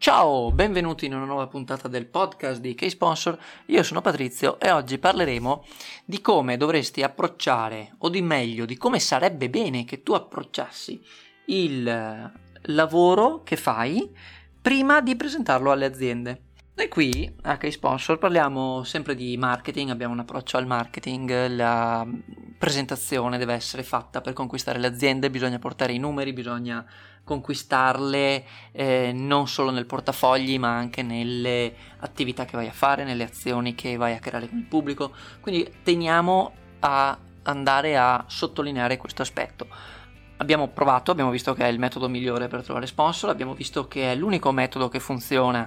Ciao, benvenuti in una nuova puntata del podcast di K-Sponsor. Io sono Patrizio e oggi parleremo di come dovresti approcciare, o di meglio, di come sarebbe bene che tu approcciassi il lavoro che fai prima di presentarlo alle aziende. Noi qui a K-Sponsor parliamo sempre di marketing, abbiamo un approccio al marketing, la presentazione deve essere fatta per conquistare le aziende, bisogna portare i numeri, bisogna conquistarle non solo nel portafogli ma anche nelle attività che vai a fare, nelle azioni che vai a creare con il pubblico, quindi teniamo a andare a sottolineare questo aspetto. Abbiamo visto che è il metodo migliore per trovare sponsor, abbiamo visto che è l'unico metodo che funziona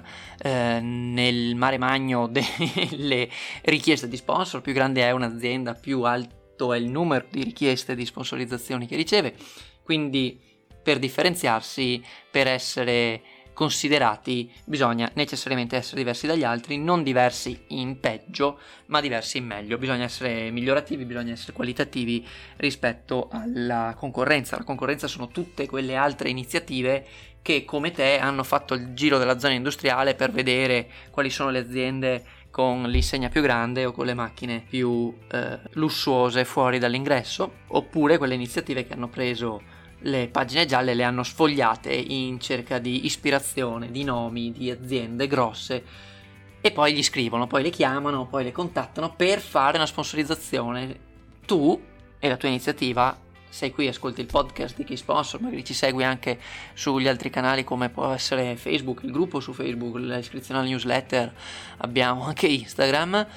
nel mare magno delle richieste di sponsor. Più grande è un'azienda, più alto è il numero di richieste di sponsorizzazioni che riceve, quindi per differenziarsi, per essere considerati, bisogna necessariamente essere diversi dagli altri, non diversi in peggio, ma diversi in meglio. Bisogna essere migliorativi, bisogna essere qualitativi rispetto alla concorrenza. La concorrenza sono tutte quelle altre iniziative che, come te, hanno fatto il giro della zona industriale per vedere quali sono le aziende con l'insegna più grande o con le macchine più lussuose fuori dall'ingresso, oppure quelle iniziative che hanno preso le pagine gialle, le hanno sfogliate in cerca di ispirazione, di nomi, di aziende grosse, e poi gli scrivono, poi le chiamano, poi le contattano per fare una sponsorizzazione. Tu e la tua iniziativa, sei qui, ascolti il podcast di K-Sponsor, magari ci segui anche sugli altri canali come può essere Facebook, il gruppo su Facebook, l'iscrizione alla newsletter, abbiamo anche Instagram,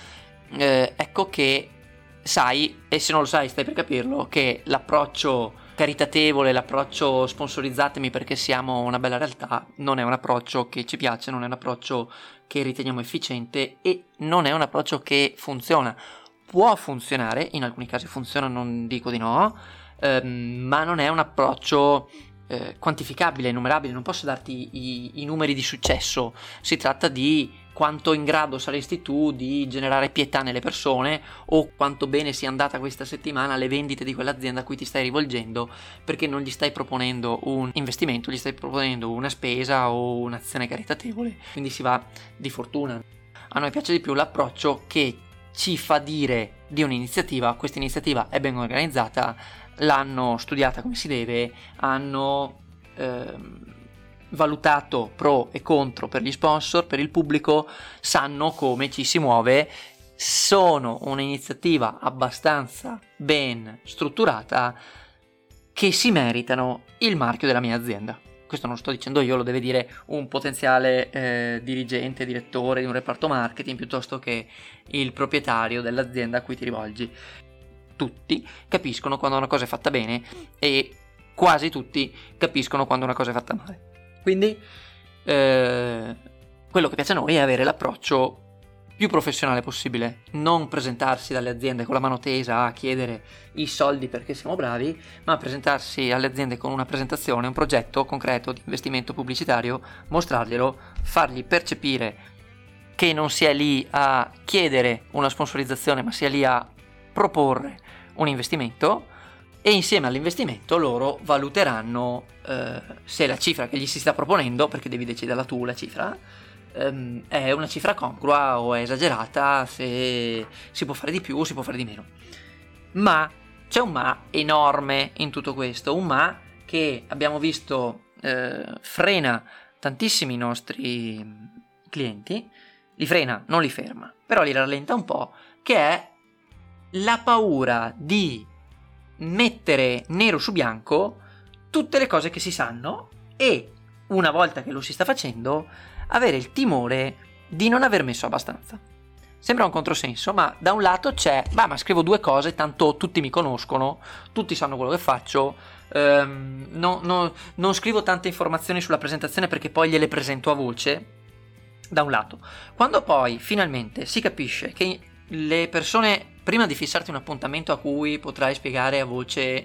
ecco che sai, e se non lo sai stai per capirlo, che l'approccio caritatevole, l'approccio sponsorizzatemi perché siamo una bella realtà, non è un approccio che ci piace, non è un approccio che riteniamo efficiente e non è un approccio che funziona. Può funzionare, in alcuni casi funziona, non dico di no, ma non è un approccio quantificabile, numerabile. Non posso darti i numeri di successo, si tratta di quanto in grado saresti tu di generare pietà nelle persone o quanto bene sia andata questa settimana le vendite di quell'azienda a cui ti stai rivolgendo, perché non gli stai proponendo un investimento, gli stai proponendo una spesa o un'azione caritatevole, quindi si va di fortuna. A noi piace di più l'approccio che ci fa dire di un'iniziativa: questa iniziativa è ben organizzata, l'hanno studiata come si deve, hanno valutato pro e contro per gli sponsor, per il pubblico, sanno come ci si muove, sono un'iniziativa abbastanza ben strutturata che si meritano il marchio della mia azienda. Questo non lo sto dicendo io, lo deve dire un potenziale dirigente, direttore di un reparto marketing, piuttosto che il proprietario dell'azienda a cui ti rivolgi. Tutti capiscono quando una cosa è fatta bene e quasi tutti capiscono quando una cosa è fatta male. Quindi quello che piace a noi è avere l'approccio più professionale possibile, non presentarsi dalle aziende con la mano tesa a chiedere i soldi perché siamo bravi, ma presentarsi alle aziende con una presentazione, un progetto concreto di investimento pubblicitario, mostrarglielo, fargli percepire che non si è lì a chiedere una sponsorizzazione, ma si è lì a proporre un investimento, e insieme all'investimento loro valuteranno se la cifra che gli si sta proponendo, perché devi deciderla tu la cifra, è una cifra congrua o è esagerata, se si può fare di più o si può fare di meno. Ma c'è un ma enorme in tutto questo, un ma che abbiamo visto frena tantissimi nostri clienti, li frena, non li ferma, però li rallenta un po', che è la paura di mettere nero su bianco tutte le cose che si sanno e, una volta che lo si sta facendo, avere il timore di non aver messo abbastanza. Sembra un controsenso, ma da un lato c'è ma scrivo 2 cose, tanto tutti mi conoscono, tutti sanno quello che faccio, non scrivo tante informazioni sulla presentazione perché poi gliele presento a voce. Da un lato, quando poi finalmente si capisce che le persone, prima di fissarti un appuntamento nel quale potrai spiegare a voce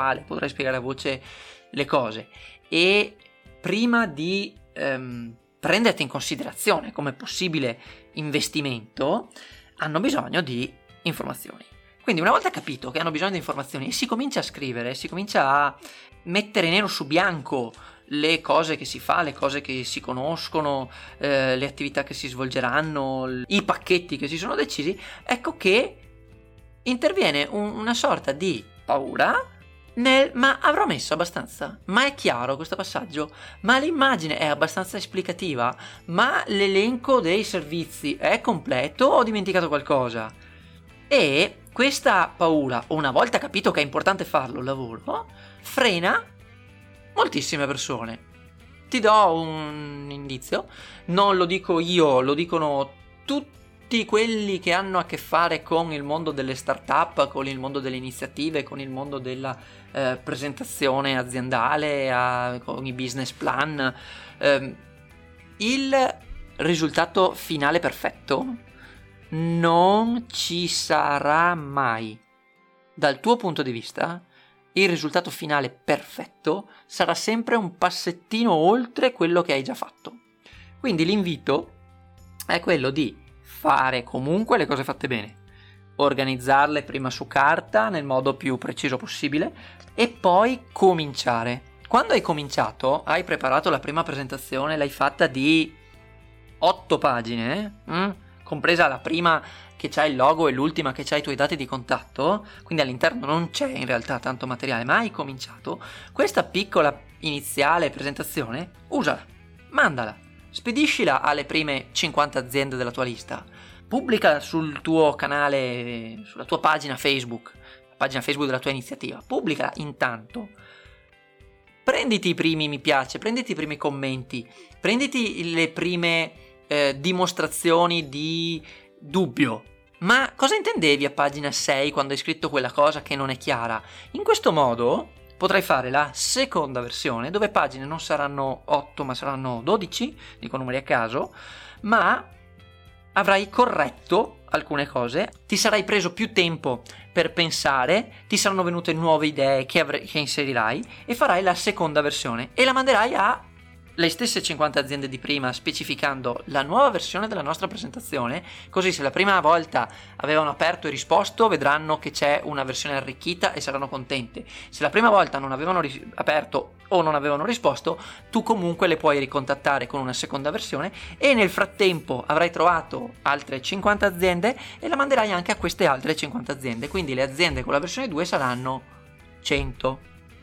le cose, e prima di prenderti in considerazione come possibile investimento, hanno bisogno di informazioni. Quindi una volta capito che hanno bisogno di informazioni e si comincia a scrivere, si comincia a mettere nero su bianco le cose che si fa, le cose che si conoscono, le attività che si svolgeranno, i pacchetti che si sono decisi, ecco che interviene una sorta di paura ma avrò messo abbastanza? Ma è chiaro questo passaggio? Ma l'immagine è abbastanza esplicativa? Ma l'elenco dei servizi è completo o ho dimenticato qualcosa? E questa paura, una volta capito che è importante farlo il lavoro, frena moltissime persone. Ti do un indizio, non lo dico io, lo dicono tutti quelli che hanno a che fare con il mondo delle start-up, con il mondo delle iniziative, con il mondo della presentazione aziendale, con i business plan. Il risultato finale perfetto non ci sarà mai. Dal tuo punto di vista, il risultato finale perfetto sarà sempre un passettino oltre quello che hai già fatto. Quindi l'invito è quello di fare comunque le cose fatte bene, organizzarle prima su carta nel modo più preciso possibile e poi cominciare. Quando hai cominciato, hai preparato la prima presentazione, l'hai fatta di 8 pagine, compresa la prima che c'ha il logo e l'ultima che c'ha i tuoi dati di contatto, quindi all'interno non c'è in realtà tanto materiale, ma hai cominciato. Questa piccola iniziale presentazione, usala, mandala, spediscila alle prime 50 aziende della tua lista, pubblicala sul tuo canale, sulla tua pagina Facebook, la pagina Facebook della tua iniziativa, pubblicala intanto. Prenditi i primi mi piace, prenditi i primi commenti, prenditi le prime dimostrazioni di dubbio. Ma cosa intendevi a pagina 6 quando hai scritto quella cosa che non è chiara? In questo modo potrai fare la seconda versione, dove pagine non saranno 8 ma saranno 12, dico numeri a caso, ma avrai corretto alcune cose, ti sarai preso più tempo per pensare, ti saranno venute nuove idee che inserirai e farai la seconda versione e la manderai a le stesse 50 aziende di prima, specificando la nuova versione della nostra presentazione, così se la prima volta avevano aperto e risposto vedranno che c'è una versione arricchita e saranno contente. Se la prima volta non avevano aperto o non avevano risposto, tu comunque le puoi ricontattare con una seconda versione e nel frattempo avrai trovato altre 50 aziende e la manderai anche a queste altre 50 aziende, quindi le aziende con la versione 2 saranno 100.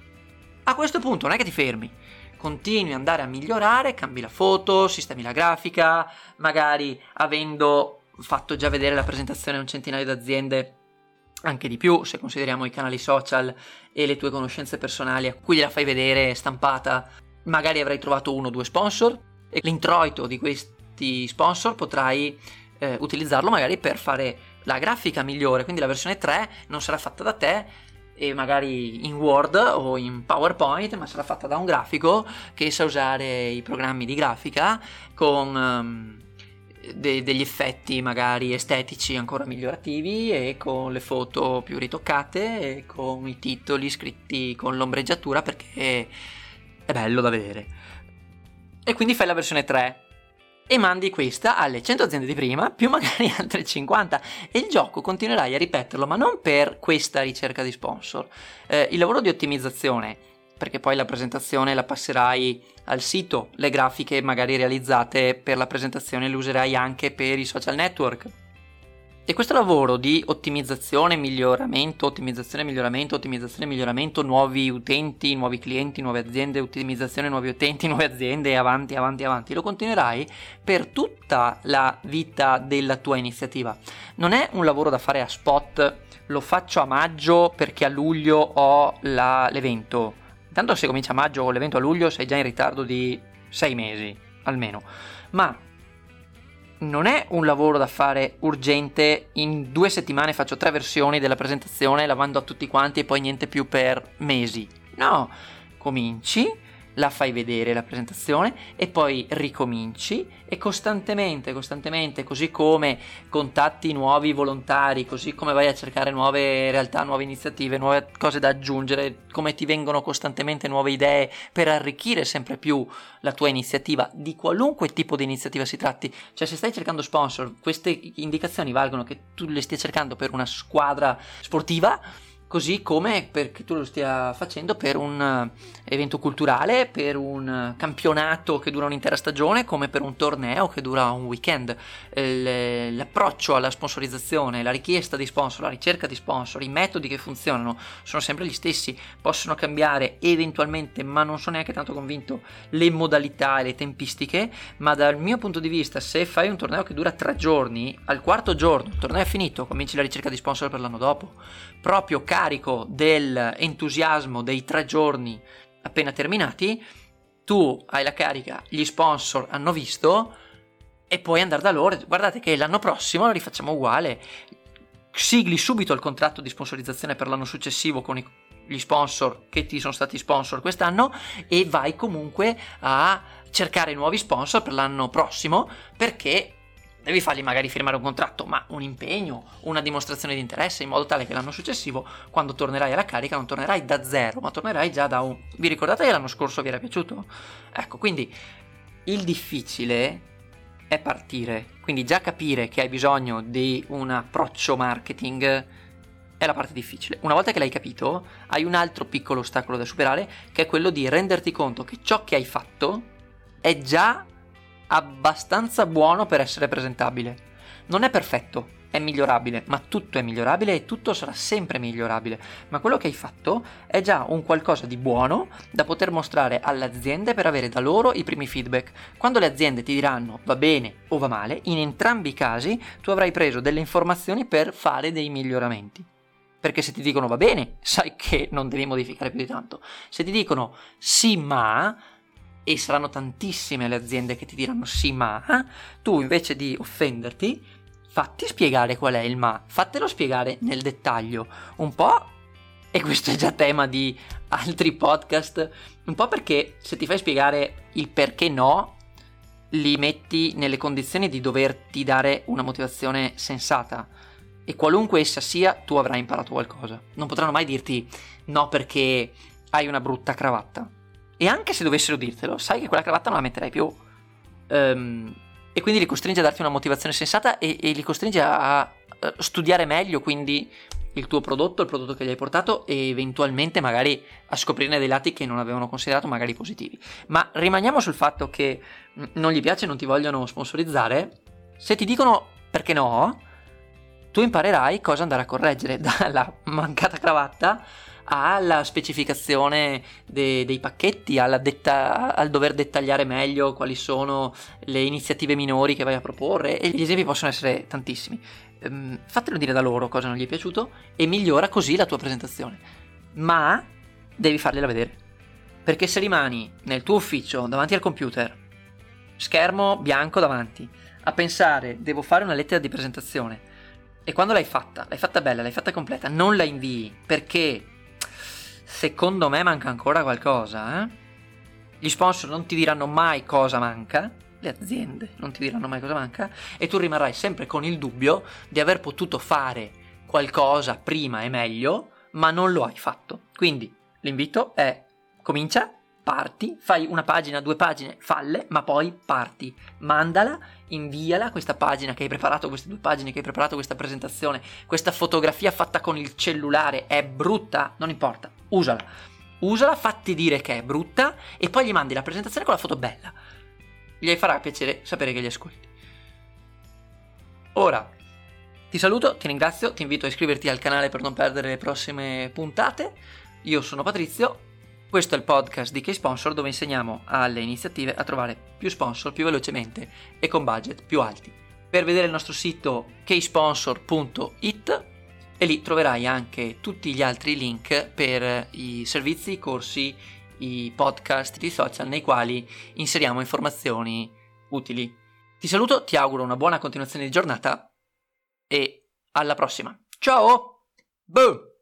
A questo punto non è che ti fermi, continui ad andare a migliorare, cambi la foto, sistemi la grafica, magari avendo fatto già vedere la presentazione a un centinaio di aziende, anche di più se consideriamo i canali social e le tue conoscenze personali a cui gliela fai vedere stampata, magari avrai trovato 1 o 2 sponsor e l'introito di questi sponsor potrai utilizzarlo magari per fare la grafica migliore, quindi la versione 3 non sarà fatta da te e magari in Word o in PowerPoint, ma sarà fatta da un grafico che sa usare i programmi di grafica con degli effetti magari estetici ancora migliorativi e con le foto più ritoccate e con i titoli scritti con l'ombreggiatura perché è bello da vedere. E quindi fai la versione 3 e mandi questa alle 100 aziende di prima più magari altre 50 e il gioco continuerai a ripeterlo, ma non per questa ricerca di sponsor. Il lavoro di ottimizzazione, perché poi la presentazione la passerai al sito, le grafiche magari realizzate per la presentazione le userai anche per i social network. E questo lavoro di ottimizzazione, miglioramento, nuovi utenti, nuovi clienti, nuove aziende, ottimizzazione, nuovi utenti, nuove aziende, avanti, lo continuerai per tutta la vita della tua iniziativa. Non è un lavoro da fare a spot, lo faccio a maggio perché a luglio ho l'evento. Intanto se comincia a maggio o l'evento a luglio sei già in ritardo di 6 mesi, almeno. Ma non è un lavoro da fare urgente, in 2 settimane faccio 3 versioni della presentazione, la mando a tutti quanti e poi niente più per mesi. No, cominci, la fai vedere la presentazione e poi ricominci e costantemente, così come contatti nuovi volontari, così come vai a cercare nuove realtà, nuove iniziative, nuove cose da aggiungere, come ti vengono costantemente nuove idee per arricchire sempre più la tua iniziativa, di qualunque tipo di iniziativa si tratti. Cioè se stai cercando sponsor, queste indicazioni valgono che tu le stia cercando per una squadra sportiva, così come perché tu lo stia facendo per un evento culturale, per un campionato che dura un'intera stagione, come per un torneo che dura un weekend. L'approccio alla sponsorizzazione, la richiesta di sponsor, la ricerca di sponsor, i metodi che funzionano sono sempre gli stessi, possono cambiare eventualmente, ma non sono neanche tanto convinto, le modalità e le tempistiche. Ma dal mio punto di vista, se fai un torneo che dura 3 giorni, al quarto giorno il torneo è finito, cominci la ricerca di sponsor per l'anno dopo, proprio carico dell'entusiasmo dei 3 giorni appena terminati. Tu hai la carica, gli sponsor hanno visto e puoi andare da loro, guardate che l'anno prossimo lo rifacciamo uguale, sigli subito il contratto di sponsorizzazione per l'anno successivo con gli sponsor che ti sono stati sponsor quest'anno, e vai comunque a cercare nuovi sponsor per l'anno prossimo, perché devi fargli magari firmare un contratto, ma un impegno, una dimostrazione di interesse, in modo tale che l'anno successivo, quando tornerai alla carica, non tornerai da zero, ma tornerai già da un... Vi ricordate che l'anno scorso vi era piaciuto? Ecco, quindi il difficile è partire, quindi già capire che hai bisogno di un approccio marketing è la parte difficile. Una volta che l'hai capito, hai un altro piccolo ostacolo da superare, che è quello di renderti conto che ciò che hai fatto è già abbastanza buono per essere presentabile. Non è perfetto, è migliorabile, ma tutto è migliorabile e tutto sarà sempre migliorabile. Ma quello che hai fatto è già un qualcosa di buono da poter mostrare alle aziende per avere da loro i primi feedback. Quando le aziende ti diranno va bene o va male, in entrambi i casi tu avrai preso delle informazioni per fare dei miglioramenti. Perché se ti dicono va bene, sai che non devi modificare più di tanto. Se ti dicono sì ma, e saranno tantissime le aziende che ti diranno sì ma, tu invece di offenderti, fatti spiegare qual è il ma, fatelo spiegare nel dettaglio, un po', e questo è già tema di altri podcast, un po' perché se ti fai spiegare il perché no, li metti nelle condizioni di doverti dare una motivazione sensata, e qualunque essa sia, tu avrai imparato qualcosa. Non potranno mai dirti no perché hai una brutta cravatta. E anche se dovessero dirtelo, sai che quella cravatta non la metterai più. E quindi li costringe a darti una motivazione sensata e li costringe a studiare meglio quindi il tuo prodotto, il prodotto che gli hai portato, e eventualmente magari a scoprirne dei lati che non avevano considerato magari positivi. Ma rimaniamo sul fatto che non gli piace e non ti vogliono sponsorizzare. Se ti dicono perché no, tu imparerai cosa andare a correggere, dalla mancata cravatta alla specificazione dei pacchetti, al dover dettagliare meglio quali sono le iniziative minori che vai a proporre, e gli esempi possono essere tantissimi. Fatelo dire da loro cosa non gli è piaciuto e migliora così la tua presentazione, ma devi fargliela vedere, perché se rimani nel tuo ufficio davanti al computer, schermo bianco davanti, a pensare devo fare una lettera di presentazione, e quando l'hai fatta bella, l'hai fatta completa, non la invii perché secondo me manca ancora qualcosa, Gli sponsor non ti diranno mai cosa manca, le aziende non ti diranno mai cosa manca, e tu rimarrai sempre con il dubbio di aver potuto fare qualcosa prima e meglio, ma non lo hai fatto. Quindi l'invito è: comincia, parti, fai una pagina, 2 pagine, falle, ma poi parti, mandala, inviala questa pagina che hai preparato, queste 2 pagine che hai preparato, questa presentazione, questa fotografia fatta con il cellulare è brutta, non importa, usala, fatti dire che è brutta e poi gli mandi la presentazione con la foto bella. Gli farà piacere sapere che li ascolti. Ora ti saluto, ti ringrazio, ti invito a iscriverti al canale per non perdere le prossime puntate. Io sono Patrizio. Questo è il podcast di K-Sponsor, dove insegniamo alle iniziative a trovare più sponsor più velocemente e con budget più alti. Per vedere il nostro sito ksponsor.it, e lì troverai anche tutti gli altri link per i servizi, i corsi, i podcast, i social nei quali inseriamo informazioni utili. Ti saluto, ti auguro una buona continuazione di giornata e alla prossima. Ciao! Boom!